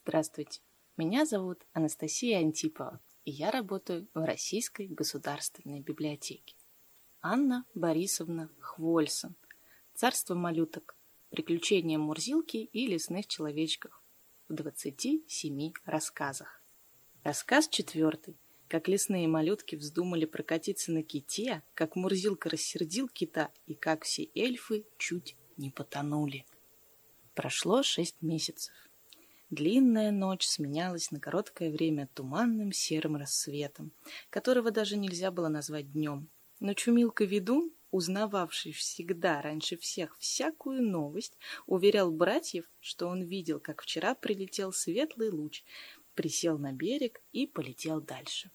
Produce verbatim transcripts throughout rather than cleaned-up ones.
Здравствуйте, меня зовут Анастасия Антипова, и я работаю в Российской государственной библиотеке. Анна Борисовна Хвольсон. Царство малюток. Приключения Мурзилки и лесных человечков. В двадцати семи рассказах. Рассказ четвертый. Как лесные малютки вздумали прокатиться на ките, как Мурзилка рассердил кита, и как все эльфы чуть не потонули. Прошло шесть месяцев. Длинная ночь сменялась на короткое время туманным серым рассветом, которого даже нельзя было назвать днем. Но Чумилка-ведун, узнававший всегда раньше всех всякую новость, уверял братьев, что он видел, как вчера прилетел светлый луч, присел на берег и полетел дальше.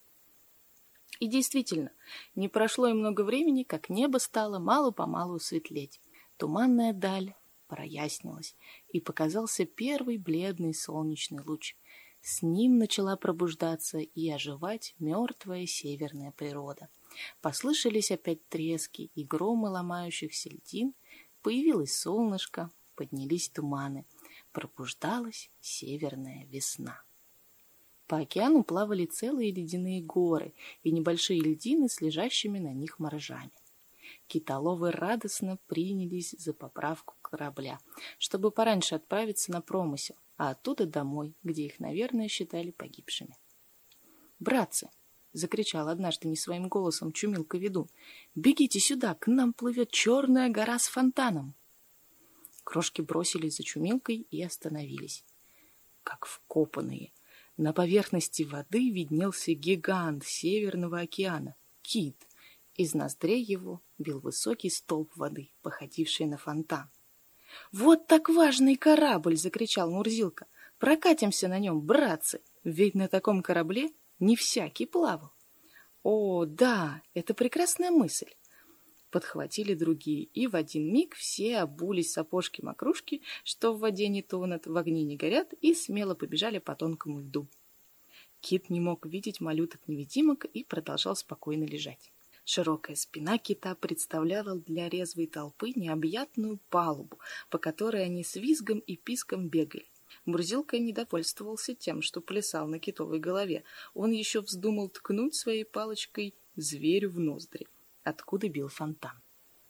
И действительно, не прошло и много времени, как небо стало мало-помалу светлеть. Туманная даль прояснилась, и показался первый бледный солнечный луч. С ним начала пробуждаться и оживать мертвая северная природа. Послышались опять трески и громы ломающихся льдин, появилось солнышко, поднялись туманы, пробуждалась северная весна. По океану плавали целые ледяные горы и небольшие льдины с лежащими на них моржами. Китоловы радостно принялись за поправку корабля, чтобы пораньше отправиться на промысел, а оттуда домой, где их, наверное, считали погибшими. «Братцы!» — закричал однажды не своим голосом Чумилка-ведун. «Бегите сюда, к нам плывет черная гора с фонтаном!» Крошки бросились за Чумилкой и остановились, как вкопанные. На поверхности воды виднелся гигант Северного океана — кит. Из ноздрей его бил высокий столб воды, походивший на фонтан. «Вот так важный корабль!» — закричал Мурзилка. «Прокатимся на нем, братцы! Ведь на таком корабле не всякий плавал!» «О, да, это прекрасная мысль!» Подхватили другие, и в один миг все обулись сапожки-мокрушки, что в воде не тонут, в огне не горят, и смело побежали по тонкому льду. Кит не мог видеть малюток-невидимок и продолжал спокойно лежать. Широкая спина кита представляла для резвой толпы необъятную палубу, по которой они с визгом и писком бегали. Мурзилка не довольствовался тем, что плясал на китовой голове. Он еще вздумал ткнуть своей палочкой зверю в ноздри, откуда бил фонтан.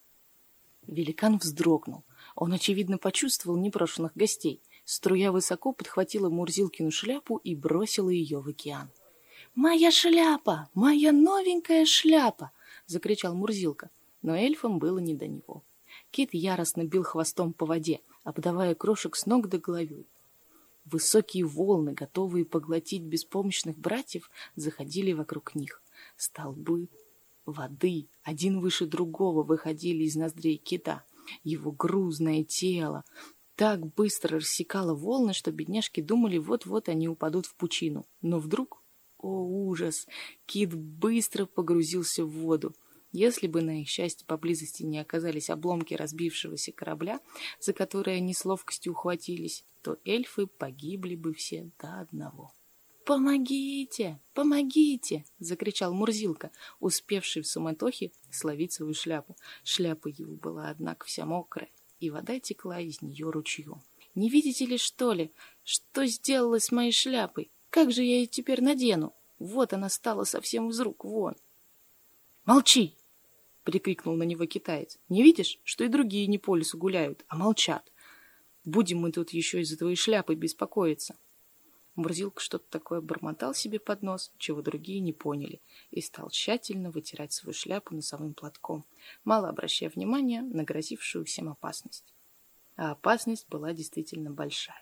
Великан вздрогнул. Он, очевидно, почувствовал непрошенных гостей. Струя высоко подхватила Мурзилкину шляпу и бросила ее в океан. «Моя шляпа! Моя новенькая шляпа!» — закричал Мурзилка, но эльфам было не до него. Кит яростно бил хвостом по воде, обдавая крошек с ног до головы. Высокие волны, готовые поглотить беспомощных братьев, заходили вокруг них. Столбы воды, один выше другого, выходили из ноздрей кита. Его грузное тело так быстро рассекало волны, что бедняжки думали, вот-вот они упадут в пучину. Но вдруг... О, ужас! Кит быстро погрузился в воду. Если бы, на их счастье, поблизости не оказались обломки разбившегося корабля, за которые они с ловкостью ухватились, то эльфы погибли бы все до одного. «Помогите! Помогите!» — закричал Мурзилка, успевший в суматохе словить свою шляпу. Шляпа его была, однако, вся мокрая, и вода текла из нее ручьем. «Не видите ли, что ли, что сделалось с моей шляпой? Как же я ее теперь надену? Вот она стала совсем из рук вон!» «Молчи!» — прикрикнул на него китаец. «Не видишь, что и другие не по лесу гуляют, а молчат? Будем мы тут еще из-за твоей шляпы беспокоиться!» Мурзилка что-то такое бормотал себе под нос, чего другие не поняли, и стал тщательно вытирать свою шляпу носовым платком, мало обращая внимания на грозившую всем опасность. А опасность была действительно большая.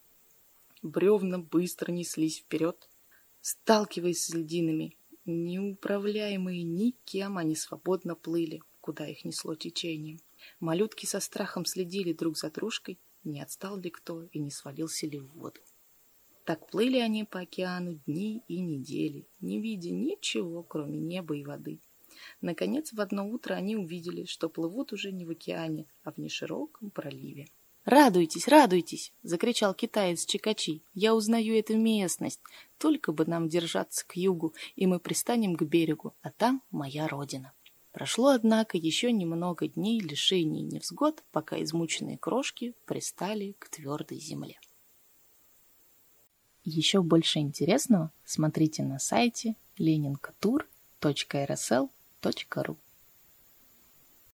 Бревна быстро неслись вперед, сталкиваясь с льдинами. Неуправляемые никем, они свободно плыли, куда их несло течением. Малютки со страхом следили друг за дружкой, не отстал ли кто и не свалился ли в воду. Так плыли они по океану дни и недели, не видя ничего, кроме неба и воды. Наконец, в одно утро они увидели, что плывут уже не в океане, а в нешироком проливе. «Радуйтесь, радуйтесь!» — закричал китаец Чикачи. «Я узнаю эту местность. Только бы нам держаться к югу, и мы пристанем к берегу, а там моя родина». Прошло, однако, еще немного дней лишений и невзгод, пока измученные крошки пристали к твердой земле. Еще больше интересного смотрите на сайте ленинкатур точка эр эс эл точка ру.